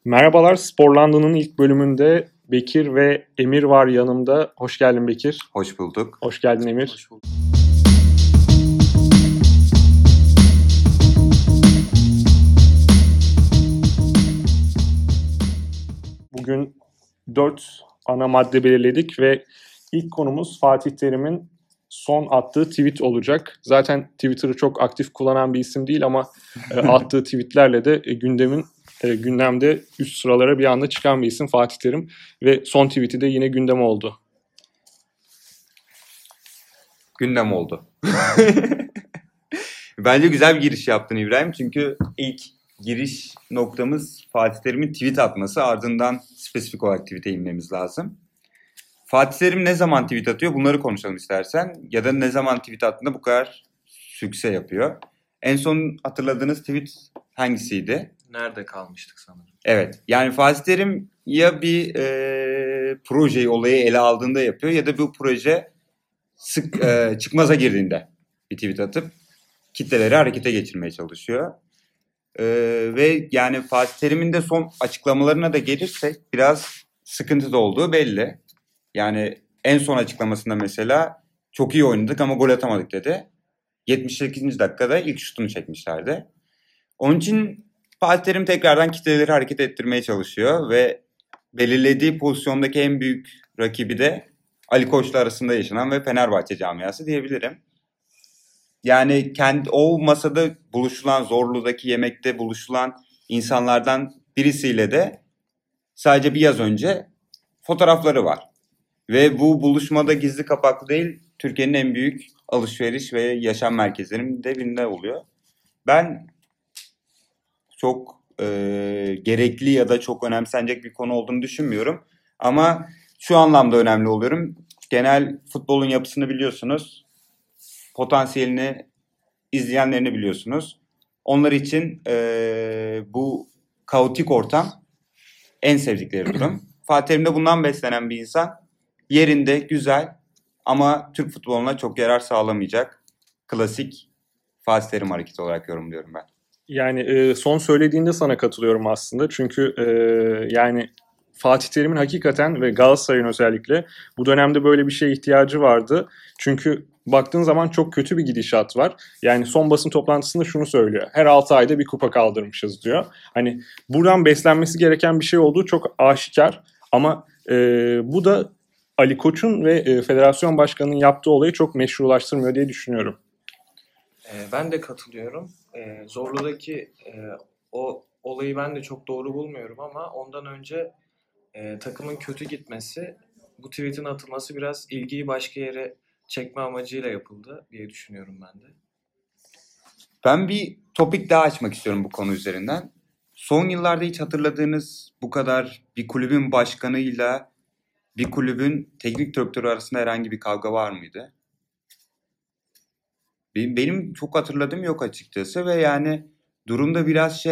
Merhabalar, Sporlanda'nın ilk bölümünde Bekir ve Emir var yanımda. Hoş geldin Bekir. Hoş bulduk. Hoş geldin Emir. Hoş bulduk. Bugün 4 ana madde belirledik ve ilk konumuz Fatih Terim'in son attığı tweet olacak. Zaten Twitter'ı çok aktif kullanan bir isim değil ama attığı tweetlerle de gündemde üst sıralara bir anda çıkan bir isim Fatih Terim ve son tweet'i de yine gündem oldu. Gündem oldu. Bence güzel bir giriş yaptın İbrahim. Çünkü ilk giriş noktamız Fatih Terim'in tweet atması. Ardından spesifik olarak tweet'e inmemiz lazım. Fatih Terim ne zaman tweet atıyor? Bunları konuşalım istersen. Ya da ne zaman tweet attığında bu kadar sükse yapıyor. En son hatırladığınız tweet hangisiydi? Nerede kalmıştık sanırım. Evet. Yani Fatih Terim ya bir projeyi, olayı ele aldığında yapıyor ya da bu proje çıkmaza girdiğinde bir tweet atıp kitleleri harekete geçirmeye çalışıyor. Ve yani Fatih Terim'in de son açıklamalarına da gelirsek biraz sıkıntıda olduğu belli. Yani en son açıklamasında mesela çok iyi oynadık ama gol atamadık dedi. 78. dakikada ilk şutunu çekmişlerdi. Onun için Fatih Terim tekrardan kitleleri hareket ettirmeye çalışıyor ve belirlediği pozisyondaki en büyük rakibi de Ali Koç'la arasında yaşanan ve Fenerbahçe camiası diyebilirim. Yani o masada buluşulan, Zorlu'daki yemekte buluşulan insanlardan birisiyle de sadece bir yaz önce fotoğrafları var. Ve bu buluşmada gizli kapaklı değil, Türkiye'nin en büyük alışveriş ve yaşam merkezlerinin de birinde oluyor. Ben çok gerekli ya da çok önemsenecek bir konu olduğunu düşünmüyorum. Ama şu anlamda önemli oluyorum. Genel futbolun yapısını biliyorsunuz. Potansiyelini, izleyenlerini biliyorsunuz. Onlar için bu kaotik ortam en sevdikleri durum. Fatih Terim de bundan beslenen bir insan. Yerinde, güzel ama Türk futboluna çok yarar sağlamayacak klasik Fatih Terim hareketi olarak yorumluyorum ben. Yani son söylediğinde sana katılıyorum aslında. Çünkü yani Fatih Terim'in hakikaten ve Galatasaray'ın özellikle bu dönemde böyle bir şeye ihtiyacı vardı. Çünkü baktığın zaman çok kötü bir gidişat var. Yani son basın toplantısında şunu söylüyor. Her 6 ayda bir kupa kaldırmışız diyor. Hani buradan beslenmesi gereken bir şey olduğu çok aşikar. Ama bu da Ali Koç'un ve federasyon başkanının yaptığı olayı çok meşrulaştırmıyor diye düşünüyorum. Ben de katılıyorum. Zorlu'daki o olayı ben de çok doğru bulmuyorum ama ondan önce takımın kötü gitmesi, bu tweet'in atılması biraz ilgiyi başka yere çekme amacıyla yapıldı diye düşünüyorum ben de. Ben bir topik daha açmak istiyorum bu konu üzerinden. Son yıllarda hiç hatırladığınız bu kadar bir kulübün başkanıyla bir kulübün teknik direktörü arasında herhangi bir kavga var mıydı? Benim çok hatırladığım yok açıkçası ve yani durumda biraz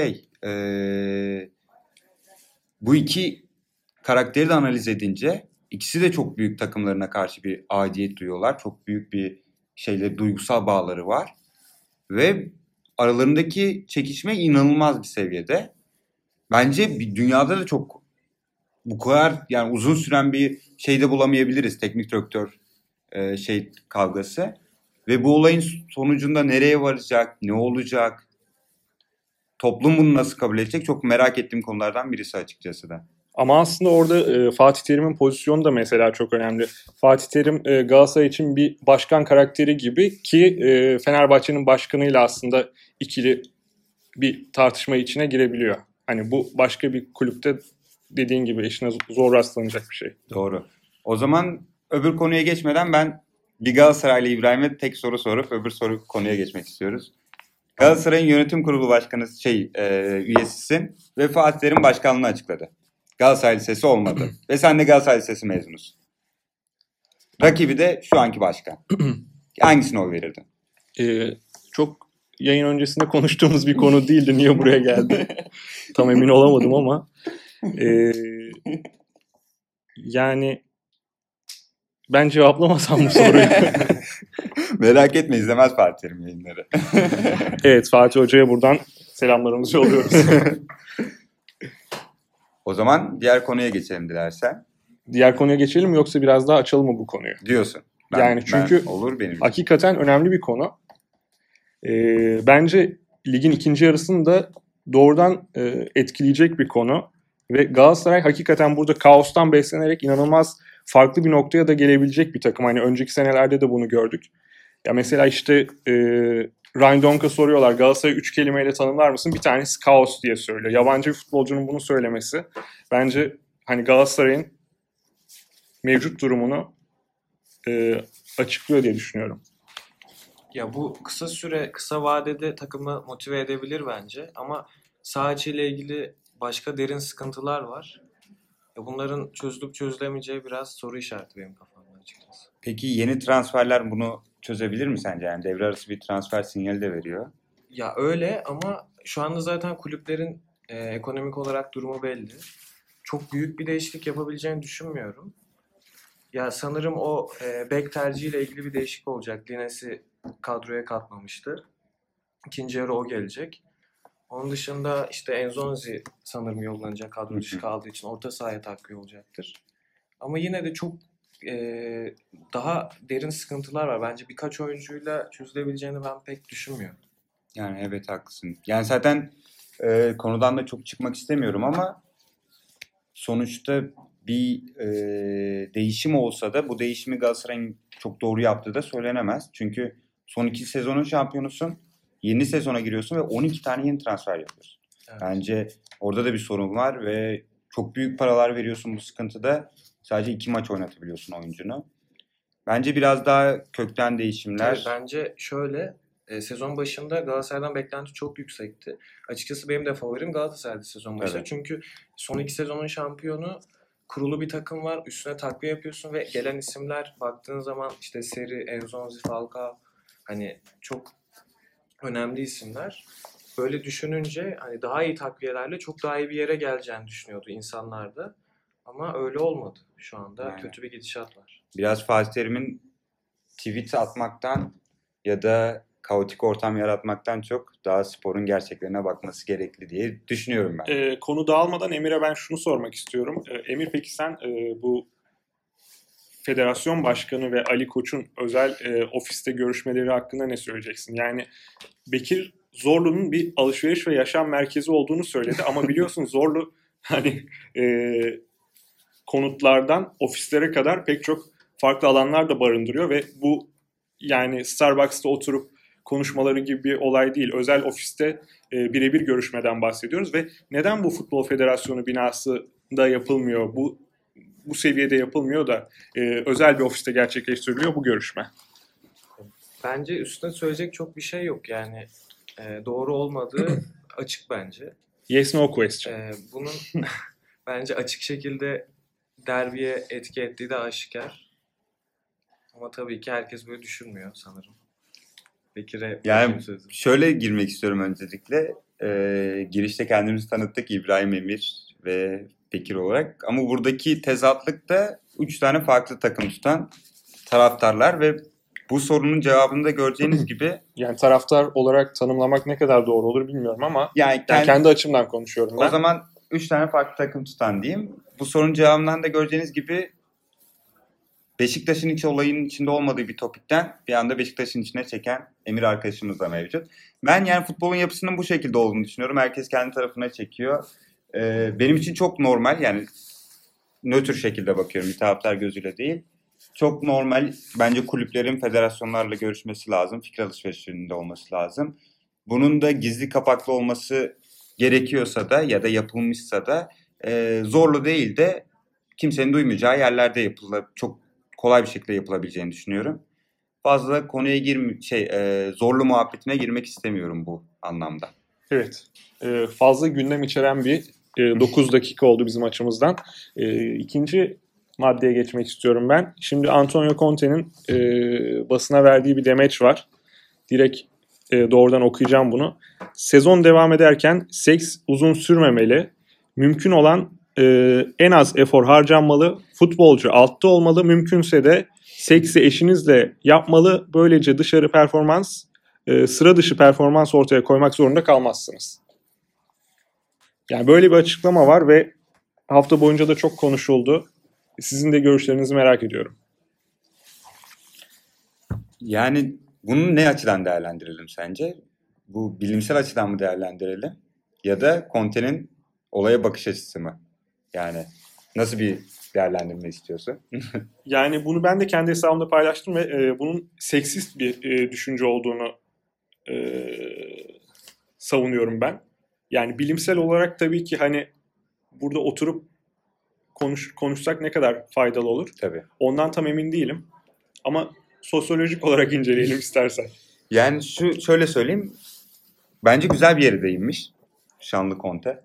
bu iki karakteri de analiz edince ikisi de çok büyük takımlarına karşı bir aidiyet duyuyorlar. Çok büyük bir duygusal bağları var ve aralarındaki çekişme inanılmaz bir seviyede. Bence dünyada da çok bu kadar yani uzun süren bir şeyde bulamayabiliriz teknik direktör kavgası. Ve bu olayın sonucunda nereye varacak, ne olacak, toplum bunu nasıl kabul edecek çok merak ettiğim konulardan birisi açıkçası da. Ama aslında orada Fatih Terim'in pozisyonu da mesela çok önemli. Fatih Terim Galatasaray için bir başkan karakteri gibi ki Fenerbahçe'nin başkanıyla aslında ikili bir tartışma içine girebiliyor. Hani bu başka bir kulüpte dediğin gibi eşine zor rastlanacak bir şey. Doğru. O zaman öbür konuya geçmeden ben bir Galatasaraylı İbrahim'e tek soru sorup öbür konuya geçmek istiyoruz. Galatasaray'ın yönetim kurulu başkanı üyesisin ve Fatih Terim başkanlığını açıkladı. Galatasaray Lisesi olmadı. Ve sen de Galatasaray Lisesi mezunusun. Rakibi de şu anki başkan. Hangisine oy verirdin? Çok yayın öncesinde konuştuğumuz bir konu değildi. Niye buraya geldi? Tam emin olamadım ama. Yani ben cevaplamasam bu soruyu. Merak etme, izlemez Fatih Terim yayınları. Evet, Fatih Hoca'ya buradan selamlarımızı yolluyoruz. O zaman diğer konuya geçelim dilersen. Diğer konuya geçelim mi yoksa biraz daha açalım mı bu konuyu? Diyorsun. Yani çünkü olur benim için. Hakikaten önemli bir konu. Bence ligin ikinci yarısını da doğrudan etkileyecek bir konu. Ve Galatasaray hakikaten burada kaostan beslenerek inanılmaz farklı bir noktaya da gelebilecek bir takım. Hani önceki senelerde de bunu gördük. Ya mesela işte Ryan Donk'a soruyorlar, Galatasaray'ı 3 kelimeyle tanımlar mısın? Bir tanesi kaos diye söylüyor. Yabancı bir futbolcunun bunu söylemesi bence hani Galatasaray'ın mevcut durumunu açıklıyor diye düşünüyorum. Ya bu kısa vadede takımı motive edebilir bence ama saha içiyle ilgili başka derin sıkıntılar var. Bunların çözülüp çözülemeyeceği biraz soru işareti benim kafamda açıkçası. Peki yeni transferler bunu çözebilir mi sence? Yani devre arası bir transfer sinyali de veriyor. Ya öyle ama şu anda zaten kulüplerin ekonomik olarak durumu belli. Çok büyük bir değişiklik yapabileceğini düşünmüyorum. Ya sanırım o bek tercihiyle ilgili bir değişiklik olacak. Lines'i kadroya katmamıştı. İkinci yarı o gelecek. Onun dışında işte Enzonzi sanırım yollanacak, kadro dışı kaldığı için orta sahaya takviye olacaktır. Ama yine de çok daha derin sıkıntılar var. Bence birkaç oyuncuyla çözülebileceğini ben pek düşünmüyorum. Yani evet haklısın. Yani zaten konudan da çok çıkmak istemiyorum ama sonuçta bir değişim olsa da bu değişimi Galatasaray'ın çok doğru yaptığı da söylenemez. Çünkü son 2 sezonun şampiyonusun. Yeni sezona giriyorsun ve 12 tane yeni transfer yapıyorsun. Evet. Bence orada da bir sorun var ve çok büyük paralar veriyorsun bu sıkıntıda. Sadece 2 maç oynatabiliyorsun oyuncunu. Bence biraz daha kökten değişimler. Tabii, bence şöyle sezon başında Galatasaray'dan beklenti çok yüksekti. Açıkçası benim de favorim Galatasaray'dı sezon başında. Evet. Çünkü son 2 sezonun şampiyonu, kurulu bir takım var. Üstüne takviye yapıyorsun ve gelen isimler baktığın zaman işte Seri, Enzonzi, Falcao hani çok önemli isimler. Böyle düşününce hani daha iyi takviyelerle çok daha iyi bir yere geleceğini düşünüyordu insanlar da. Ama öyle olmadı. Şu anda kötü bir gidişat var. Biraz Fatih Terim'in tweet atmaktan ya da kaotik ortam yaratmaktan çok daha sporun gerçeklerine bakması gerekli diye düşünüyorum ben. Konu dağılmadan Emir'e ben şunu sormak istiyorum. Emir, peki sen bu federasyon başkanı ve Ali Koç'un özel ofiste görüşmeleri hakkında ne söyleyeceksin? Yani Bekir Zorlu'nun bir alışveriş ve yaşam merkezi olduğunu söyledi ama biliyorsun Zorlu hani konutlardan ofislere kadar pek çok farklı alanlar da barındırıyor ve bu yani Starbucks'ta oturup konuşmaları gibi bir olay değil. Özel ofiste birebir görüşmeden bahsediyoruz ve neden bu Futbol Federasyonu binası da yapılmıyor? Bu seviyede yapılmıyor da özel bir ofiste gerçekleştiriliyor bu görüşme. Bence üstüne söyleyecek çok bir şey yok yani doğru olmadığı açık bence. Yes no question. Bunun bence açık şekilde derbiye etki ettiği de aşikar. Ama tabii ki herkes böyle düşünmüyor sanırım. Bekir'e yani şöyle girmek istiyorum öncelikle. Girişte kendimizi tanıttık, İbrahim Emir ve Bekir olarak. Ama buradaki tezatlık da 3 tane farklı takım tutan taraftarlar ve bu sorunun cevabını da göreceğiniz gibi... Yani taraftar olarak tanımlamak ne kadar doğru olur bilmiyorum ama yani kendi açımdan konuşuyorum ben. O zaman 3 tane farklı takım tutan diyeyim. Bu sorunun cevabından da göreceğiniz gibi Beşiktaş'ın hiç olayın içinde olmadığı bir topikten bir anda Beşiktaş'ın içine çeken Emir arkadaşımız da mevcut. Ben yani futbolun yapısının bu şekilde olduğunu düşünüyorum. Herkes kendi tarafına çekiyor. Benim için çok normal, yani nötr şekilde bakıyorum, bir taraftar gözüyle değil. Çok normal. Bence kulüplerin federasyonlarla görüşmesi lazım. Fikir alışverişinde olması lazım. Bunun da gizli kapaklı olması gerekiyorsa da ya da yapılmışsa da zorlu değil de kimsenin duymayacağı yerlerde çok kolay bir şekilde yapılabileceğini düşünüyorum. Fazla konuya zorlu muhabbetine girmek istemiyorum bu anlamda. Evet. Fazla gündem içeren bir 9 dakika oldu bizim açımızdan. İkinci maddeye geçmek istiyorum ben. Şimdi Antonio Conte'nin basına verdiği bir demeç var. Direkt doğrudan okuyacağım bunu. Sezon devam ederken seks uzun sürmemeli. Mümkün olan en az efor harcanmalı. Futbolcu altta olmalı. Mümkünse de seksi eşinizle yapmalı. Böylece sıra dışı performans ortaya koymak zorunda kalmazsınız. Yani böyle bir açıklama var ve hafta boyunca da çok konuşuldu. Sizin de görüşlerinizi merak ediyorum. Yani bunu ne açıdan değerlendirelim sence? Bu bilimsel açıdan mı değerlendirelim? Ya da Conte'nin olaya bakış açısı mı? Yani nasıl bir değerlendirme istiyorsun? Yani bunu ben de kendi hesabımda paylaştım ve bunun seksist bir düşünce olduğunu e, savunuyorum ben. Yani bilimsel olarak tabii ki hani burada oturup konuşsak ne kadar faydalı olur? Tabii. Ondan tam emin değilim. Ama sosyolojik olarak inceleyelim istersen. Yani şöyle söyleyeyim. Bence güzel bir yere değinmiş. Şanlı Conte.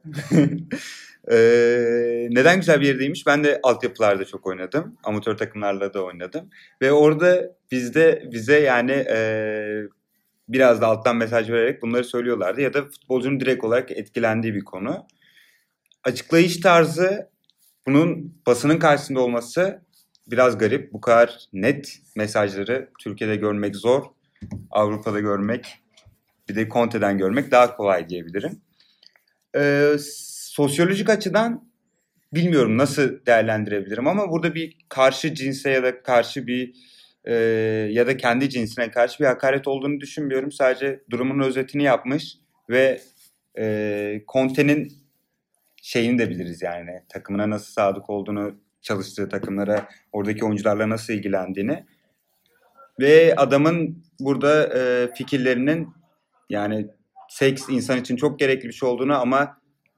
Neden güzel bir yere değinmiş? Ben de altyapılarda çok oynadım. Amatör takımlarla da oynadım. Ve orada bize yani biraz da alttan mesaj vererek bunları söylüyorlardı. Ya da futbolcunun direkt olarak etkilendiği bir konu. Açıklayış tarzı, bunun basının karşısında olması biraz garip. Bu kadar net mesajları Türkiye'de görmek zor. Avrupa'da görmek, bir de Conte'den görmek daha kolay diyebilirim. Sosyolojik açıdan bilmiyorum nasıl değerlendirebilirim ama burada bir karşı cinse ya da karşı bir ya da kendi cinsine karşı bir hakaret olduğunu düşünmüyorum. Sadece durumun özetini yapmış ve Conte'nin şeyini de biliriz yani. Takımına nasıl sadık olduğunu, çalıştığı takımlara, oradaki oyuncularla nasıl ilgilendiğini ve adamın burada fikirlerinin yani seks insan için çok gerekli bir şey olduğunu ama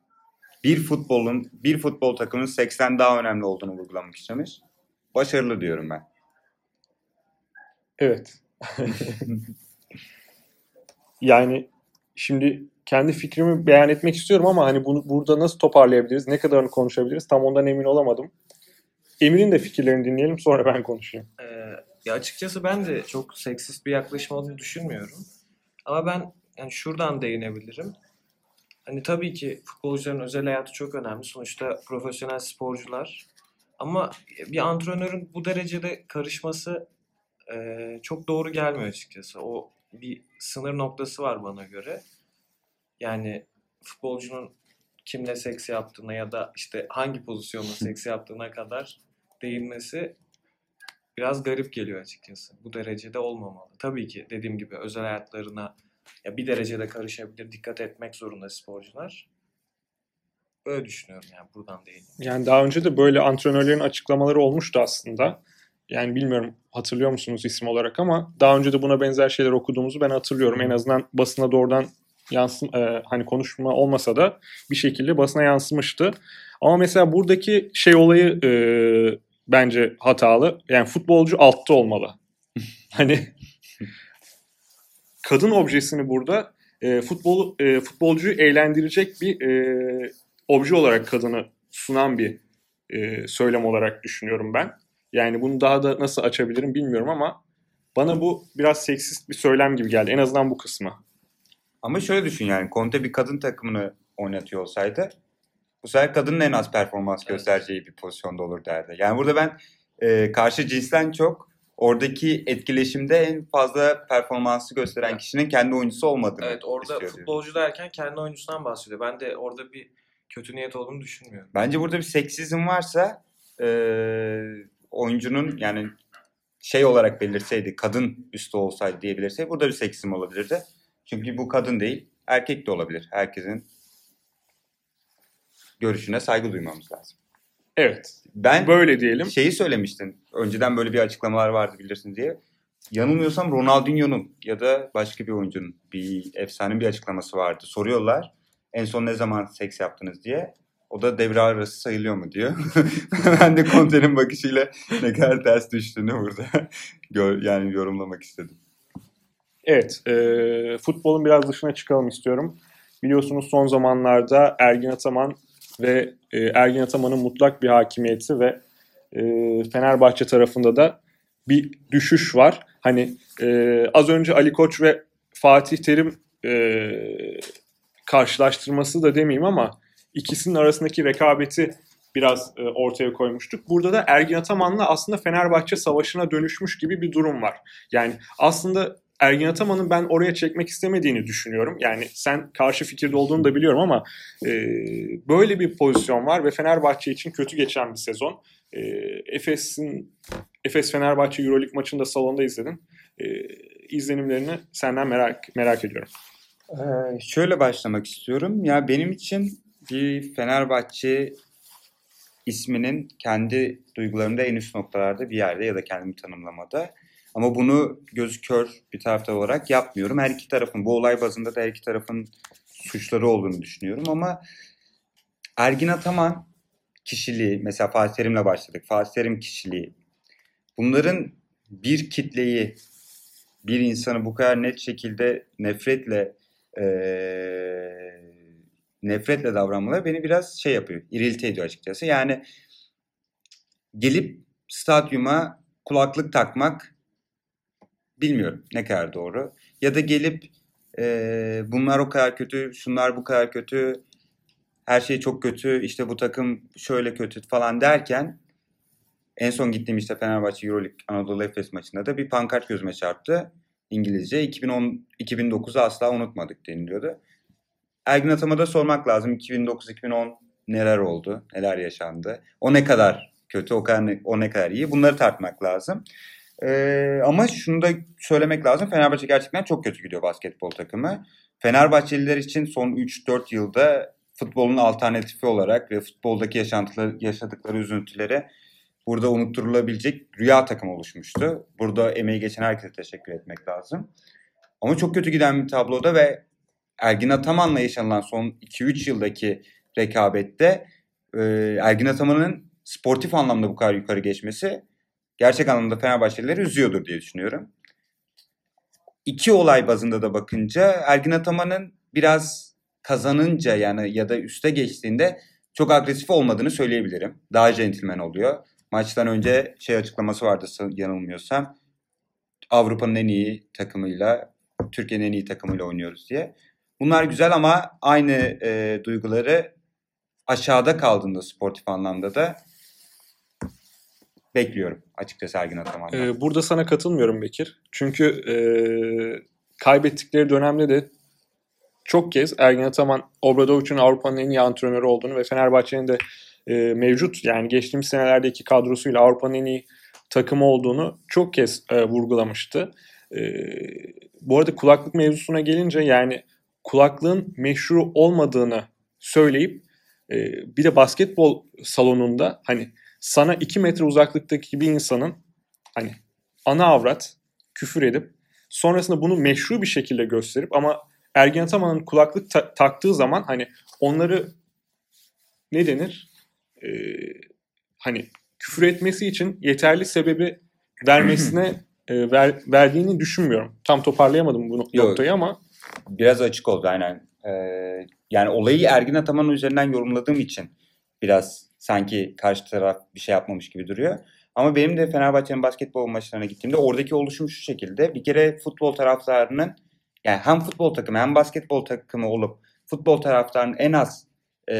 bir futbol takımının seksten daha önemli olduğunu vurgulamak istemiş. Başarılı diyorum ben. Evet. Yani şimdi kendi fikrimi beyan etmek istiyorum ama hani bunu burada nasıl toparlayabiliriz, ne kadarını konuşabiliriz tam ondan emin olamadım. Emir'in de fikirlerini dinleyelim sonra ben konuşayım. Ya açıkçası ben de çok seksist bir yaklaşım olduğunu düşünmüyorum. Ama ben yani şuradan değinebilirim. Hani tabii ki futbolcuların özel hayatı çok önemli. Sonuçta profesyonel sporcular. Ama bir antrenörün bu derecede karışması çok doğru gelmiyor açıkçası. O bir sınır noktası var bana göre. Yani futbolcunun kimle seks yaptığına ya da işte hangi pozisyonda seks yaptığına kadar değinmesi biraz garip geliyor açıkçası. Bu derecede olmamalı. Tabii ki dediğim gibi özel hayatlarına ya bir derecede karışabilir. Dikkat etmek zorunda sporcular. Öyle düşünüyorum yani buradan değil. Yani daha önce de böyle antrenörlerin açıklamaları olmuştu aslında. Yani bilmiyorum hatırlıyor musunuz isim olarak ama daha önce de buna benzer şeyler okuduğumuzu ben hatırlıyorum. En azından basına doğrudan hani konuşma olmasa da bir şekilde basına yansımıştı. Ama mesela buradaki şey olayı bence hatalı. Yani futbolcu altta olmalı. Hani kadın objesini burada futbolcuyu eğlendirecek bir obje olarak kadını sunan bir söylem olarak düşünüyorum ben. Yani bunu daha da nasıl açabilirim bilmiyorum ama bana bu biraz seksist bir söylem gibi geldi. En azından bu kısmı. Ama şöyle düşün yani Conte bir kadın takımını oynatıyor olsaydı bu sefer kadının en az performans göstereceği bir pozisyonda olur derdi. Yani burada ben karşı cinsten çok oradaki etkileşimde en fazla performansı gösteren kişinin kendi oyuncusu olmadığını Evet orada istiyor futbolcu derken kendi oyuncusundan bahsediyor. Ben de orada bir kötü niyet olduğunu düşünmüyorum. Bence burada bir seksizm varsa oyuncunun yani şey olarak belirseydi, kadın üstü olsaydı diyebilirseydi burada bir seksizm olabilirdi. Çünkü bu kadın değil, erkek de olabilir. Herkesin görüşüne saygı duymamız lazım. Evet. Ben böyle diyelim. Şeyi söylemiştin. Önceden böyle bir açıklamalar vardı bilirsin diye. Yanılmıyorsam Ronaldinho'nun ya da başka bir oyuncunun bir efsane bir açıklaması vardı. Soruyorlar en son ne zaman seks yaptınız diye. O da devre arası sayılıyor mu diyor. Ben de Conte'nin bakışıyla ne kadar ters düştüğünü burada yani yorumlamak istedim. Evet. Futbolun biraz dışına çıkalım istiyorum. Biliyorsunuz son zamanlarda Ergin Ataman ve Ergin Ataman'ın mutlak bir hakimiyeti ve Fenerbahçe tarafında da bir düşüş var. Hani az önce Ali Koç ve Fatih Terim karşılaştırması da demeyeyim ama ikisinin arasındaki rekabeti biraz ortaya koymuştuk. Burada da Ergin Ataman'la aslında Fenerbahçe savaşına dönüşmüş gibi bir durum var. Yani aslında Ergin Ataman'ın ben oraya çekmek istemediğini düşünüyorum. Yani sen karşı fikirde olduğunu da biliyorum ama böyle bir pozisyon var ve Fenerbahçe için kötü geçen bir sezon. Efes Fenerbahçe Euroleague maçını da salonda izledim. İzlenimlerini senden merak ediyorum. Şöyle başlamak istiyorum. Ya benim için bir Fenerbahçe isminin kendi duygularımda en üst noktalarda bir yerde ya da kendimi tanımlamada. Ama bunu gözü kör bir taraftar olarak yapmıyorum. Her iki tarafın, bu olay bazında da her iki tarafın suçları olduğunu düşünüyorum. Ama Ergin Ataman kişiliği, mesela Fatih Terim'le başladık. Fatih Terim kişiliği. Bunların bir kitleyi, bir insanı bu kadar net şekilde nefretle davranmaları beni biraz şey yapıyor, irrite ediyor açıkçası. Yani gelip stadyuma kulaklık takmak bilmiyorum ne kadar doğru. Ya da gelip bunlar o kadar kötü, şunlar bu kadar kötü, her şey çok kötü, işte bu takım şöyle kötü falan derken en son gittiğim işte Fenerbahçe Euroleague Anadolu Efes maçında da bir pankart gözüme çarptı. İngilizce 2009'u asla unutmadık deniliyordu. Ergin Ataman'a da sormak lazım. 2009-2010 neler oldu? Neler yaşandı? O ne kadar kötü? O ne kadar iyi? Bunları tartmak lazım. Ama şunu da söylemek lazım. Fenerbahçe gerçekten çok kötü gidiyor basketbol takımı. Fenerbahçeliler için son 3-4 yılda futbolun alternatifi olarak ve futboldaki yaşadıkları üzüntüleri burada unutturulabilecek rüya takım oluşmuştu. Burada emeği geçen herkese teşekkür etmek lazım. Ama çok kötü giden bir tabloda ve Ergin Ataman'la yaşanılan son 2-3 yıldaki rekabette Ergin Ataman'ın sportif anlamda bu kadar yukarı geçmesi gerçek anlamda Fenerbahçelileri üzüyordur diye düşünüyorum. İki olay bazında da bakınca Ergin Ataman'ın biraz kazanınca yani ya da üste geçtiğinde çok agresif olmadığını söyleyebilirim. Daha centilmen oluyor. Maçtan önce açıklaması vardı yanılmıyorsam. Avrupa'nın en iyi takımıyla, Türkiye'nin en iyi takımıyla oynuyoruz diye. Bunlar güzel ama aynı duyguları aşağıda kaldığında sportif anlamda da bekliyorum açıkçası Ergin Ataman'dan. Burada sana katılmıyorum Bekir. Çünkü kaybettikleri dönemde de çok kez Ergin Ataman Obradovic'in Avrupa'nın en iyi antrenörü olduğunu ve Fenerbahçe'nin de mevcut yani geçtiğimiz senelerdeki kadrosuyla Avrupa'nın en iyi takımı olduğunu çok kez vurgulamıştı. Bu arada kulaklık mevzusuna gelince yani kulaklığın meşru olmadığını söyleyip bir de basketbol salonunda hani sana 2 metre uzaklıktaki bir insanın hani ana avrat küfür edip sonrasında bunu meşru bir şekilde gösterip ama Ergin Ataman'ın kulaklık taktığı zaman hani onları ne denir? Hani küfür etmesi için yeterli sebebi vermesine verdiğini düşünmüyorum. Tam toparlayamadım bu noktayı ama. Biraz açık oldu aynen. Yani olayı Ergin Ataman üzerinden yorumladığım için biraz sanki karşı taraf bir şey yapmamış gibi duruyor. Ama benim de Fenerbahçe'nin basketbol maçlarına gittiğimde oradaki oluşum şu şekilde. Bir kere futbol taraftarının yani hem futbol takımı hem basketbol takımı olup futbol taraftarının en az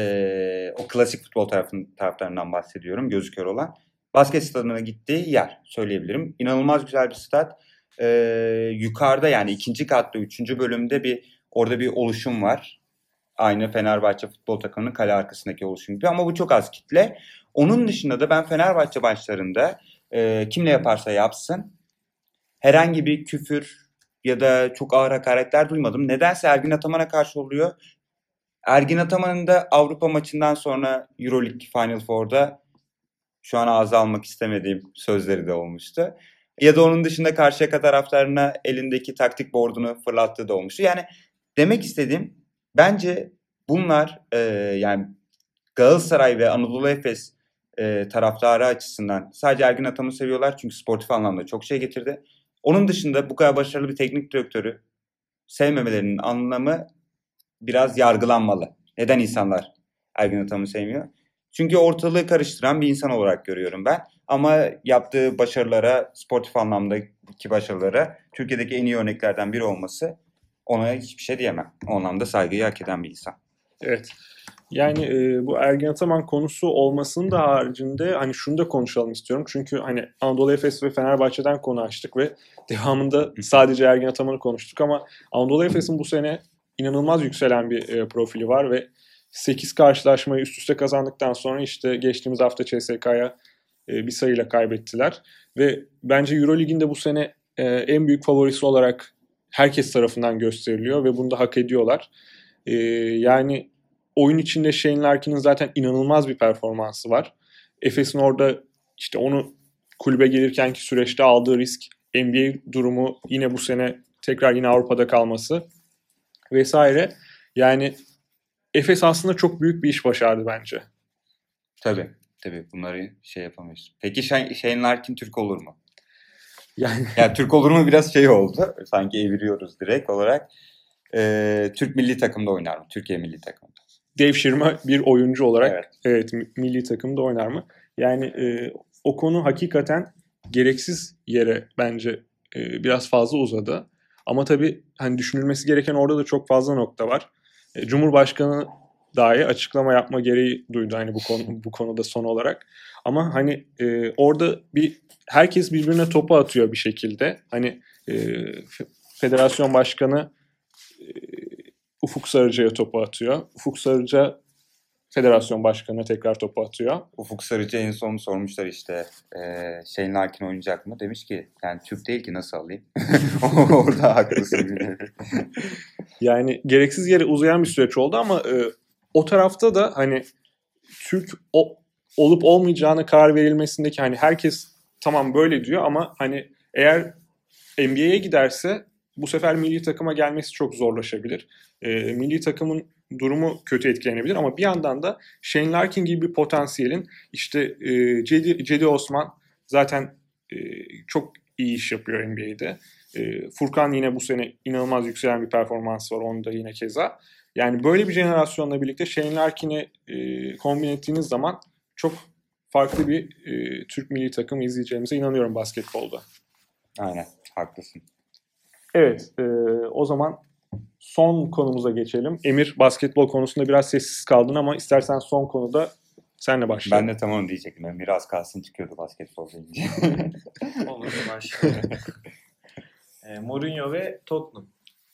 o klasik futbol taraftarından bahsediyorum gözü kör olan. Basket stadına gittiği yer söyleyebilirim. İnanılmaz güzel bir stat. Yukarıda yani 2. katta 3. bölümde orada bir oluşum var. Aynı Fenerbahçe futbol takımının kale arkasındaki oluşum gibi ama bu çok az kitle. Onun dışında da ben Fenerbahçe maçlarında kimle yaparsa yapsın herhangi bir küfür ya da çok ağır hakaretler duymadım. Nedense Ergin Ataman'a karşı oluyor. Ergin Ataman'ın da Avrupa maçından sonra Euroleague Final Four'da şu an ağza almak istemediğim sözleri de olmuştu. Ya da onun dışında Karşıyaka taraftarına elindeki taktik board'unu fırlattığı da olmuştu. Yani demek istediğim bence bunlar yani Galatasaray ve Anadolu Efes taraftarı açısından sadece Ergin Ataman'ı seviyorlar çünkü sportif anlamda çok şey getirdi. Onun dışında bu kadar başarılı bir teknik direktörü sevmemelerinin anlamı biraz yargılanmalı. Neden insanlar Ergin Ataman'ı sevmiyor? Çünkü ortalığı karıştıran bir insan olarak görüyorum ben. Ama yaptığı başarılara, sportif anlamdaki başarılara Türkiye'deki en iyi örneklerden biri olması ona hiçbir şey diyemem. O anlamda saygıyı hak eden bir insan. Evet. Yani bu Ergin Ataman konusu olmasının da haricinde hani şunu da konuşalım istiyorum. Çünkü hani Anadolu Efes ve Fenerbahçe'den konu açtık ve devamında sadece Ergin Ataman'ı konuştuk ama Anadolu Efes'in bu sene inanılmaz yükselen bir profili var ve 8 karşılaşmayı üst üste kazandıktan sonra işte geçtiğimiz hafta CSK'ya bir sayıyla kaybettiler. Ve bence Eurolig'in de bu sene en büyük favorisi olarak herkes tarafından gösteriliyor ve bunu da hak ediyorlar. Yani oyun içinde Shane Larkin'in zaten inanılmaz bir performansı var. Efes'in orada işte onu kulübe gelirkenki süreçte aldığı risk, NBA durumu, yine bu sene tekrar yine Avrupa'da kalması vesaire. Yani Efes aslında çok büyük bir iş başardı bence. Tabii. Bunları yapamayız. Peki Shane Larkin Türk olur mu? Yani Türk olur mu biraz oldu. Sanki eviriyoruz direkt olarak. Türk milli takımda oynar mı? Türkiye milli takımda. Devşirme bir oyuncu olarak evet milli takımda oynar mı? Yani o konu hakikaten gereksiz yere bence biraz fazla uzadı. Ama tabii hani düşünülmesi gereken orada da çok fazla nokta var. Cumhurbaşkanı dahi açıklama yapma gereği duydu hani bu konuda son olarak. Ama hani orada herkes birbirine topu atıyor bir şekilde. Hani federasyon başkanı Ufuk Sarıcı'ya topu atıyor. Ufuk Sarıcı federasyon başkanına tekrar topu atıyor. Ufuk Sarıcı en son sormuşlar işte Shane Larkin oynayacak mı? Demiş ki yani Türk değil ki nasıl alayım? Orada haklısın. Yani gereksiz yere uzayan bir süreç oldu ama o tarafta da hani Türk olup olmayacağına karar verilmesindeki hani herkes tamam böyle diyor ama hani eğer NBA'ye giderse bu sefer milli takıma gelmesi çok zorlaşabilir. Milli takımın durumu kötü etkilenebilir ama bir yandan da Shane Larkin gibi bir potansiyelin işte Cedi Osman zaten çok iyi iş yapıyor NBA'de. Furkan yine bu sene inanılmaz yükselen bir performans var. Onda yine keza. Yani böyle bir jenerasyonla birlikte Shane Larkin'i kombin ettiğiniz zaman çok farklı bir Türk milli takımı izleyeceğimize inanıyorum basketbolda. Aynen. Haklısın. Evet. O zaman son konumuza geçelim. Emir, basketbol konusunda biraz sessiz kaldın ama istersen son konuda senle başlayalım. Ben de tam onu diyecektim. Emir az kalsın çıkıyordu basketbol deyince. Olur, başlayalım. Mourinho ve Tottenham.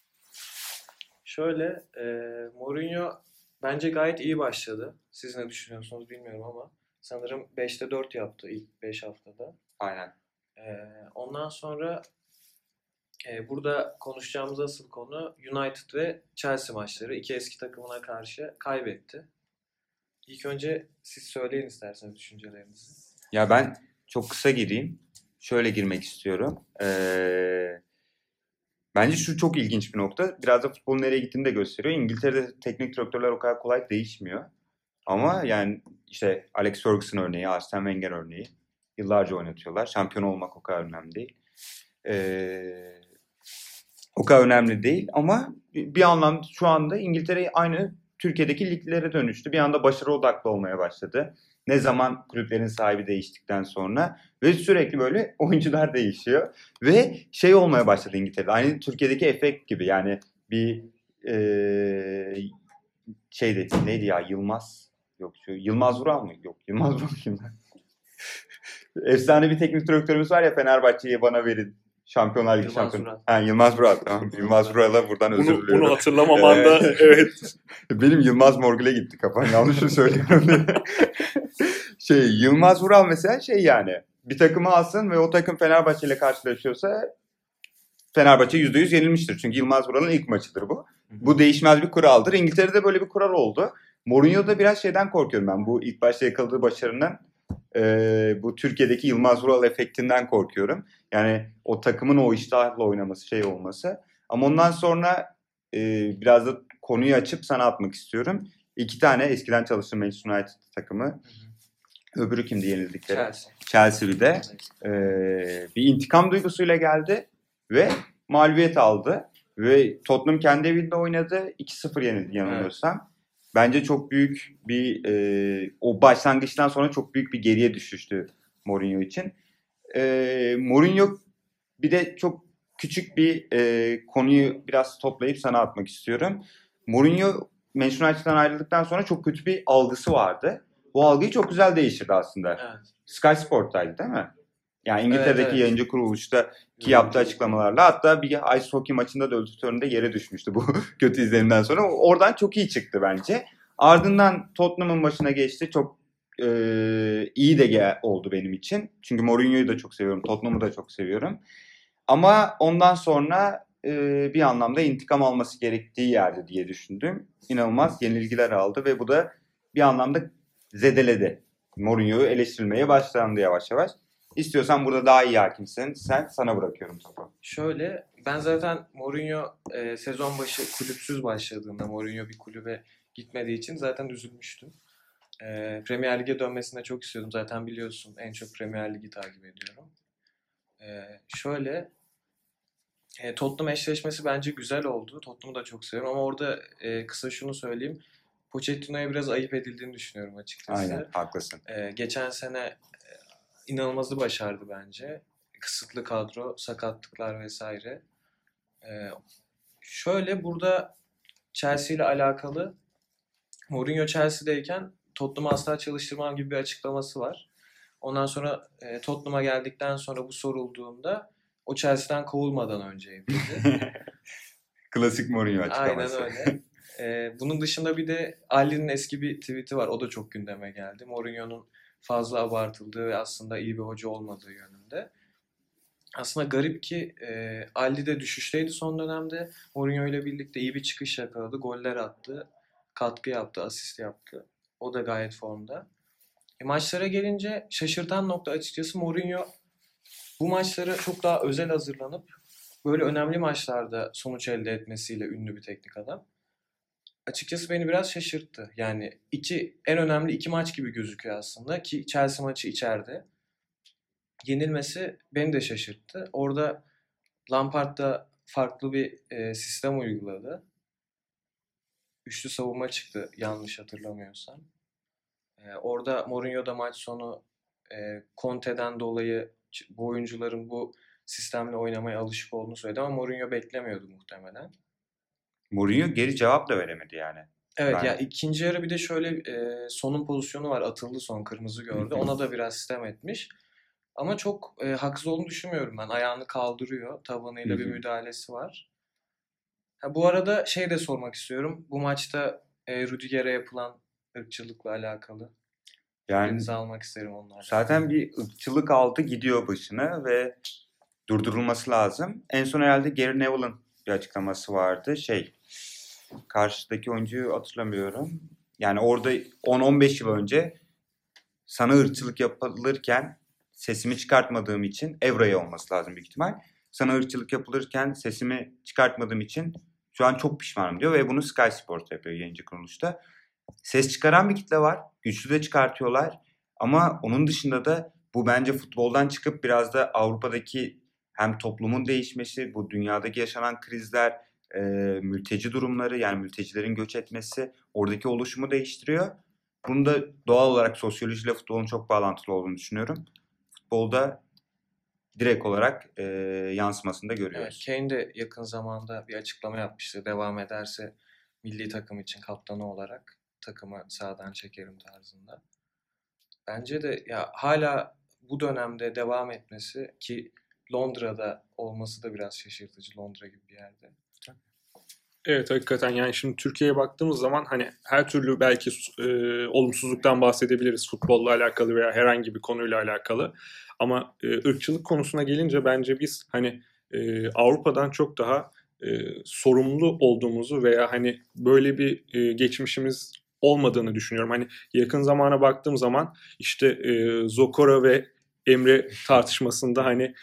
Şöyle, Mourinho bence gayet iyi başladı. Siz ne düşünüyorsunuz bilmiyorum ama sanırım 5'te 4 yaptı ilk 5 haftada. Aynen. Ondan sonra burada konuşacağımız asıl konu United ve Chelsea maçları. İki eski takımına karşı kaybetti. İlk önce siz söyleyin isterseniz düşüncelerinizi. Ya ben çok kısa gireyim. Şöyle girmek istiyorum. Bence şu çok ilginç bir nokta. Biraz da futbolun nereye gittiğini de gösteriyor. İngiltere'de teknik direktörler o kadar kolay değişmiyor. Ama yani işte Alex Ferguson örneği, Arsene Wenger örneği yıllarca oynatıyorlar. Şampiyon olmak o kadar önemli değil. O kadar önemli değil ama bir anlamda şu anda İngiltere aynı Türkiye'deki liglere dönüştü. Bir anda başarı odaklı olmaya başladı. Ne zaman kulüplerin sahibi değiştikten sonra ve sürekli böyle oyuncular değişiyor ve olmaya başladı İngiltere'de. Aynı Türkiye'deki efekt gibi yani bir neydi ya Yılmaz Vural mı? Yok Yılmaz Vural kimden? Efsane bir teknik direktörümüz var ya Fenerbahçe'yi bana verin. Şampiyonlar Ligi şampiyonu. Yılmaz Vural. Tamam. Yılmaz Vural'a buradan özür diliyorum. Bunu hatırlamaman da evet. Benim Yılmaz Morgül'e gitti kafam. Yanlış mı söylüyorum? Yılmaz Vural mesela yani bir takımı alsın ve o takım Fenerbahçe ile karşılaşıyorsa Fenerbahçe %100 yenilmiştir. Çünkü Yılmaz Vural'ın ilk maçıdır bu. Bu değişmez bir kuraldır. İngiltere'de böyle bir kural oldu. Mourinho'da biraz şeyden korkuyorum ben. Bu ilk başta yakaladığı başarının bu Türkiye'deki Yılmaz Vural efektinden korkuyorum. Yani o takımın o iştahla oynaması olması. Ama ondan sonra biraz da konuyu açıp sana atmak istiyorum. 2 tane eskiden çalıştığım Manchester United takımı. Öbürü kimdi yenildikleri? Chelsea bir de. Bir intikam duygusuyla geldi ve mağlubiyet aldı. Ve Tottenham kendi evinde oynadı. 2-0 yenildi yanılmıyorsam. Evet. Bence çok büyük bir o başlangıçtan sonra çok büyük bir geriye düşüştü Mourinho için. Mourinho bir de çok küçük bir konuyu biraz toplayıp sana atmak istiyorum. Mourinho Manchester United'dan ayrıldıktan sonra çok kötü bir algısı vardı. Bu algıyı çok güzel değiştirdi aslında. Evet. Sky Sport'taydı değil mi? Yani İngiltere'deki Evet. yayıncı kuruluşta ki yaptığı açıklamalarla, hatta bir ice hockey maçında da ödültöründe yere düşmüştü bu kötü izlenimden sonra. Oradan çok iyi çıktı bence. Ardından Tottenham'ın başına geçti. Çok iyi de oldu benim için. Çünkü Mourinho'yu da çok seviyorum. Tottenham'ı da çok seviyorum. Ama ondan sonra bir anlamda intikam alması gerektiği yerde diye düşündüm. İnanılmaz yenilgiler aldı ve bu da bir anlamda zedeledi. Mourinho'yu eleştirilmeye başlandı yavaş yavaş. İstiyorsan burada daha iyi hakimsin. Sana bırakıyorum topu. Şöyle, ben zaten Mourinho sezon başı kulüpsüz başladığında, Mourinho bir kulübe gitmediği için zaten üzülmüştüm. Premier Lig'e dönmesine çok istiyordum. Zaten biliyorsun, en çok Premier Lig'i takip ediyorum. Şöyle, Tottenham eşleşmesi bence güzel oldu. Tottenham'ı da çok seviyorum ama orada kısa şunu söyleyeyim. Pochettino'ya biraz ayıp edildiğini düşünüyorum açıkçası. Aynen, haklısın. Geçen sene inanılmazı başardı bence. Kısıtlı kadro, sakatlıklar vesaire. Şöyle, burada Chelsea ile alakalı, Mourinho Chelsea'deyken Tottenham'ı asla çalıştırmam gibi bir açıklaması var. Ondan sonra Tottenham'a geldikten sonra bu sorulduğunda o Chelsea'den kovulmadan önceydi dedi. Klasik Mourinho açıklaması. Aynen öyle. Bunun dışında bir de Ali'nin eski bir tweet'i var. O da çok gündeme geldi. Mourinho'nun fazla abartıldığı ve aslında iyi bir hoca olmadığı yönünde. Aslında garip ki Ali de düşüşteydi son dönemde. Mourinho ile birlikte iyi bir çıkış yakaladı. Goller attı. Katkı yaptı. Asist yaptı. O da gayet formda. Maçlara gelince şaşırtan nokta açıkçası Mourinho bu maçlara çok daha özel hazırlanıp böyle önemli maçlarda sonuç elde etmesiyle ünlü bir teknik adam. Açıkçası beni biraz şaşırttı. Yani en önemli iki maç gibi gözüküyor aslında ki Chelsea maçı içeride. Yenilmesi beni de şaşırttı. Orada Lampard da farklı bir sistem uyguladı. Üçlü savunma çıktı yanlış hatırlamıyorsam. Orada Mourinho da maç sonu Conte'den dolayı bu oyuncuların bu sistemle oynamaya alışık olduğunu söyledi ama Mourinho beklemiyordu muhtemelen. Mourinho geri cevap da veremedi yani. Evet, ya ikinci yarı bir de şöyle sonun pozisyonu var. Atıldı, son kırmızı gördü. Ona da biraz sistem etmiş. Ama çok haksız olduğunu düşünmüyorum ben. Ayağını kaldırıyor. Tabanıyla bir müdahalesi var. Bu arada şey de sormak istiyorum. Bu maçta Rüdiger'e yapılan ırkçılıkla alakalı. Yani Elinize almak isterim onlardan. zaten bir ırkçılık aldı gidiyor başına ve durdurulması lazım. En son herhalde Gary Neville'ın bir açıklaması vardı. Karşıdaki oyuncuyu hatırlamıyorum. Yani orada 10-15 yıl önce sana ırkçılık yapılırken sesimi çıkartmadığım için, Evra'ya olması lazım büyük ihtimal. Sana ırkçılık yapılırken sesimi çıkartmadığım için şu an çok pişmanım diyor ve bunu Sky Sport yapıyor yayıncı kuruluşta. Ses çıkaran bir kitle var. Güçlü de çıkartıyorlar. Ama onun dışında da bu bence futboldan çıkıp biraz da Avrupa'daki hem toplumun değişmesi, bu dünyadaki yaşanan krizler, mülteci durumları, yani mültecilerin göç etmesi oradaki oluşumu değiştiriyor. Bunu da doğal olarak sosyolojiyle futbolun çok bağlantılı olduğunu düşünüyorum. Futbolda direkt olarak yansımasını da görüyoruz. Evet, Kane de yakın zamanda bir açıklama yapmıştı. Devam ederse milli takım için kaptanı olarak takımı sağdan çekerim tarzında. Bence de ya hala bu dönemde devam etmesi, ki Londra'da olması da biraz şaşırtıcı, Londra gibi bir yerde. Evet, hakikaten yani şimdi Türkiye'ye baktığımız zaman hani her türlü belki olumsuzluktan bahsedebiliriz futbolla alakalı veya herhangi bir konuyla alakalı. Ama ırkçılık konusuna gelince bence biz hani Avrupa'dan çok daha sorumlu olduğumuzu veya hani böyle bir geçmişimiz olmadığını düşünüyorum. Hani yakın zamana baktığım zaman işte Zokora ve Emre tartışmasında hani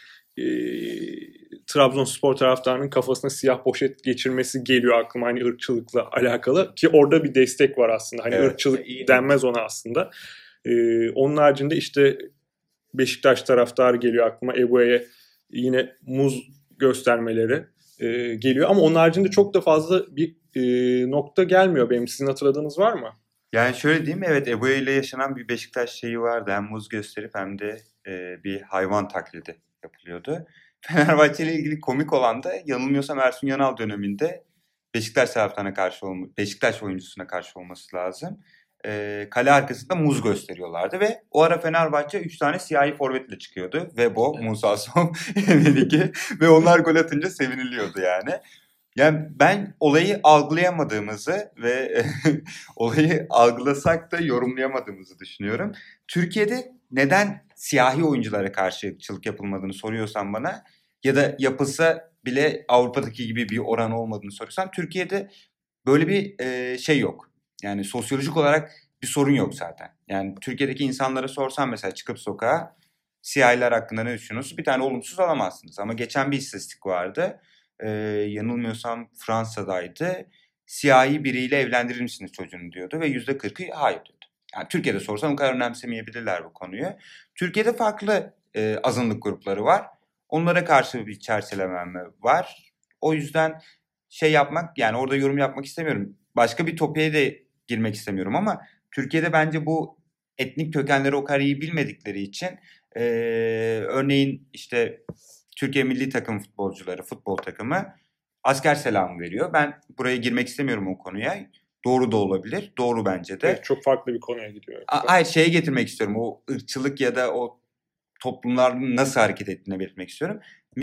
Trabzonspor taraftarının kafasına siyah poşet geçirmesi geliyor aklıma, hani ırkçılıkla alakalı, ki orada bir destek var aslında. Hani evet, ırkçılık denmez ona aslında. Onun haricinde işte Beşiktaş taraftarı geliyor aklıma. Ebu'ya yine muz göstermeleri geliyor. Ama onun haricinde çok da fazla bir nokta gelmiyor benim. Sizin hatırladığınız var mı? Yani şöyle diyeyim, evet, Ebu'ya ile yaşanan bir Beşiktaş şeyi vardı. Hem muz gösterip hem de bir hayvan taklidi yapılıyordu. Fenerbahçe ile ilgili komik olan da yanılmıyorsam Ersun Yanal döneminde Beşiktaş oyuncusuna karşı olması lazım. Kale arkasında muz gösteriyorlardı ve o ara Fenerbahçe 3 tane siyahi forvetle çıkıyordu. Vebo, Musa Son, Melike ve onlar gol atınca seviniliyordu yani. Yani ben olayı algılayamadığımızı ve olayı algılasak da yorumlayamadığımızı düşünüyorum. Türkiye'de neden siyahi oyunculara karşı ırkçılık yapılmadığını soruyorsan bana ya da yapılsa bile Avrupa'daki gibi bir oran olmadığını soruyorsan Türkiye'de böyle bir şey yok. Yani sosyolojik olarak bir sorun yok zaten. Yani Türkiye'deki insanlara sorsan mesela çıkıp sokağa siyahiler hakkında ne düşünüyorsunuz? Bir tane olumsuz alamazsınız. Ama geçen bir istatistik vardı. Yanılmıyorsam Fransa'daydı. Siyahi biriyle evlendirir misiniz çocuğunu diyordu ve %40'ı hayır diyordu. Yani Türkiye'de sorsan o kadar önemsemeyebilirler bu konuyu. Türkiye'de farklı azınlık grupları var. Onlara karşı bir çerçevelenme var. O yüzden şey yapmak yani orada yorum yapmak istemiyorum. Başka bir topiğe de girmek istemiyorum ama Türkiye'de bence bu etnik kökenleri o kadar iyi bilmedikleri için örneğin işte Türkiye milli takım futbolcuları, futbol takımı asker selamı veriyor. Ben buraya girmek istemiyorum o konuya. Doğru da olabilir. Doğru bence de. Evet, çok farklı bir konuya gidiyor. Hayır şeye getirmek istiyorum. O ırkçılık ya da o toplumların nasıl hareket ettiğini belirtmek istiyorum.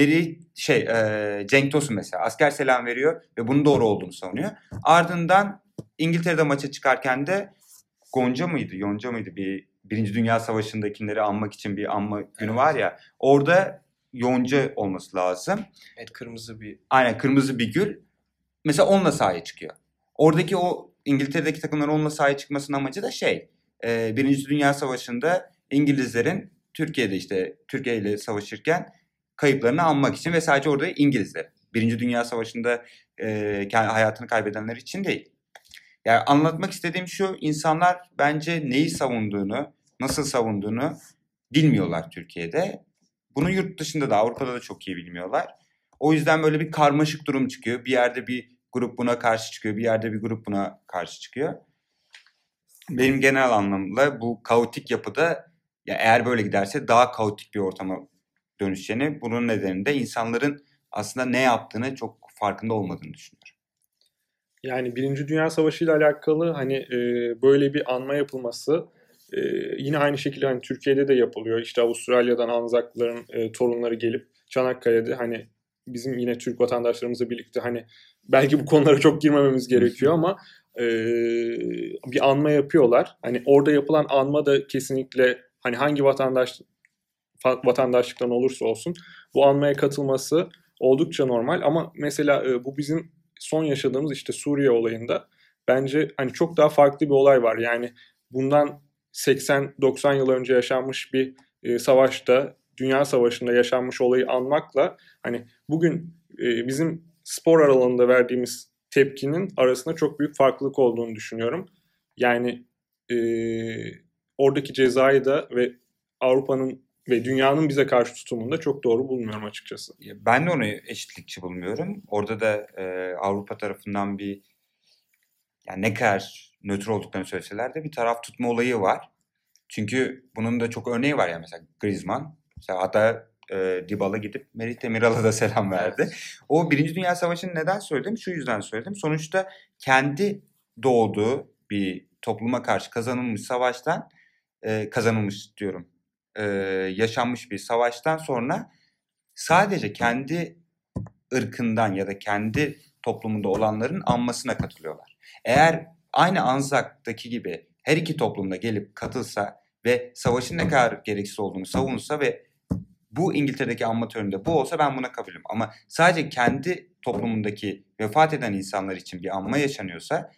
Cenk Tosun mesela asker selam veriyor ve bunun doğru olduğunu savunuyor. Ardından İngiltere'de maça çıkarken de Yonca mıydı? Birinci Dünya Savaşı'ndakileri anmak için bir anma günü var ya. Orada yonca olması lazım. Evet, kırmızı bir gül. Mesela onunla sahaya çıkıyor. Oradaki o İngiltere'deki takımların onunla sahaya çıkmasının amacı da Birinci Dünya Savaşı'nda İngilizlerin Türkiye'de işte Türkiye ile savaşırken kayıplarını anmak için ve sadece orada İngilizler. Birinci Dünya Savaşı'nda hayatını kaybedenler için değil. Yani anlatmak istediğim şu, insanlar bence neyi savunduğunu, nasıl savunduğunu bilmiyorlar Türkiye'de. Bunu yurt dışında da Avrupa'da da çok iyi bilmiyorlar. O yüzden böyle bir karmaşık durum çıkıyor. Bir yerde bir grup buna karşı çıkıyor, bir yerde bir grup buna karşı çıkıyor. Benim genel anlamda bu kaotik yapıda ya eğer böyle giderse daha kaotik bir ortama dönüşeceğini, bunun nedeninde insanların aslında ne yaptığını çok farkında olmadığını düşünüyorum. Yani Birinci Dünya Savaşı ile alakalı hani böyle bir anma yapılması yine aynı şekilde hani Türkiye'de de yapılıyor. İşte Avustralya'dan Anzaklıların torunları gelip Çanakkale'de hani bizim yine Türk vatandaşlarımızla birlikte hani belki bu konulara çok girmememiz gerekiyor ama bir anma yapıyorlar. Hani orada yapılan anma da kesinlikle hani hangi vatandaşlıktan olursa olsun bu anmaya katılması oldukça normal ama mesela bu bizim son yaşadığımız işte Suriye olayında bence hani çok daha farklı bir olay var. Yani bundan 80-90 yıl önce yaşanmış bir savaşta, Dünya Savaşı'nda yaşanmış olayı anmakla hani bugün bizim spor alanında verdiğimiz tepkinin arasında çok büyük farklılık olduğunu düşünüyorum. Yani oradaki cezayı da ve Avrupa'nın ve dünyanın bize karşı tutumunu da çok doğru bulmuyorum açıkçası. Ben de onu eşitlikçi bulmuyorum. Orada da Avrupa tarafından bir yani ne kadar nötr olduklarını söyleseler de bir taraf tutma olayı var. Çünkü bunun da çok örneği var ya mesela Griezmann. Mesela hatta Dybala gidip Merih Demiral'a da selam verdi. Evet. O Birinci Dünya Savaşı'nı neden söyledim? Şu yüzden söyledim. Sonuçta kendi doğduğu bir topluma karşı kazanılmış savaştan yaşanmış bir savaştan sonra sadece kendi ırkından ya da kendi toplumunda olanların anmasına katılıyorlar. Eğer aynı Anzak'taki gibi her iki toplumda gelip katılsa ve savaşın ne kadar gereksiz olduğunu savunsa ve bu İngiltere'deki anma töreninde bu olsa ben buna kabulüm. Ama sadece kendi toplumundaki vefat eden insanlar için bir anma yaşanıyorsa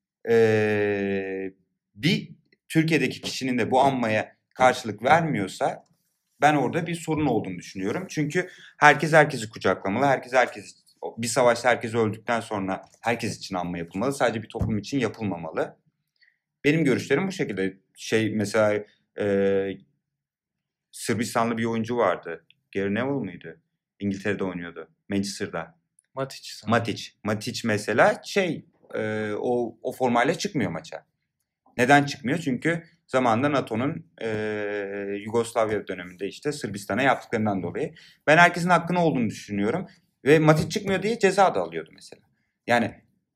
bir Türkiye'deki kişinin de bu anmaya karşılık vermiyorsa ben orada bir sorun olduğunu düşünüyorum. Çünkü herkes herkesi kucaklamalı. Bir savaşta herkes öldükten sonra herkes için anma yapılmalı. Sadece bir toplum için yapılmamalı. Benim görüşlerim bu şekilde. Mesela Sırbistanlı bir oyuncu vardı. Gary Neville mıydı? İngiltere'de oynuyordu. Manchester'da. Matic mesela o formayla çıkmıyor maça. Neden çıkmıyor? Çünkü zamanında NATO'nun Yugoslavya döneminde işte Sırbistan'a yaptıklarından dolayı. Ben herkesin hakkını olduğunu düşünüyorum. Ve Matic çıkmıyor diye ceza da alıyordu mesela. Yani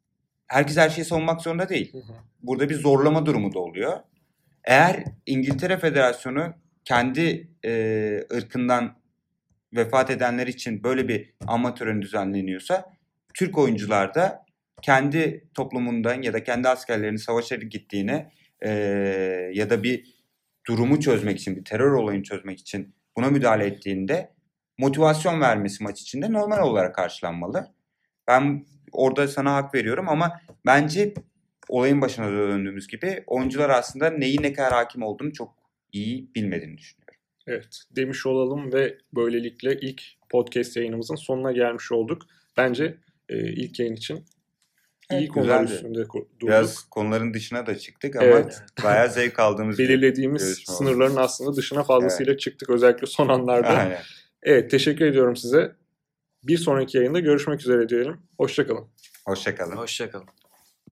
herkes her şeyi savunmak zorunda değil. Hı hı. Burada bir zorlama durumu da oluyor. Eğer İngiltere Federasyonu kendi ırkından vefat edenler için böyle bir anma töreni düzenleniyorsa, Türk oyuncular da kendi toplumundan ya da kendi askerlerinin savaşa gittiğini ya da bir durumu çözmek için, bir terör olayını çözmek için buna müdahale ettiğinde motivasyon vermesi maç içinde normal olarak karşılanmalı. Ben orada sana hak veriyorum ama bence olayın başına da döndüğümüz gibi oyuncular aslında neyi ne kadar hakim olduğunu çok iyi bilmediğini düşünüyorum. Evet, demiş olalım ve böylelikle ilk podcast yayınımızın sonuna gelmiş olduk. Bence ilk yayın için iyi Evet, konular güzeldi. üstünde durduk. Biraz konuların dışına da çıktık ama Evet. bayağı zevk aldığımız bir Belirlediğimiz görüşme oldu. sınırların aslında dışına fazlasıyla çıktık özellikle son anlarda. Aynen. Evet, teşekkür ediyorum size. Bir sonraki yayında görüşmek üzere diyelim. Hoşça kalın. Hoşça kalın. Hoşça kalın.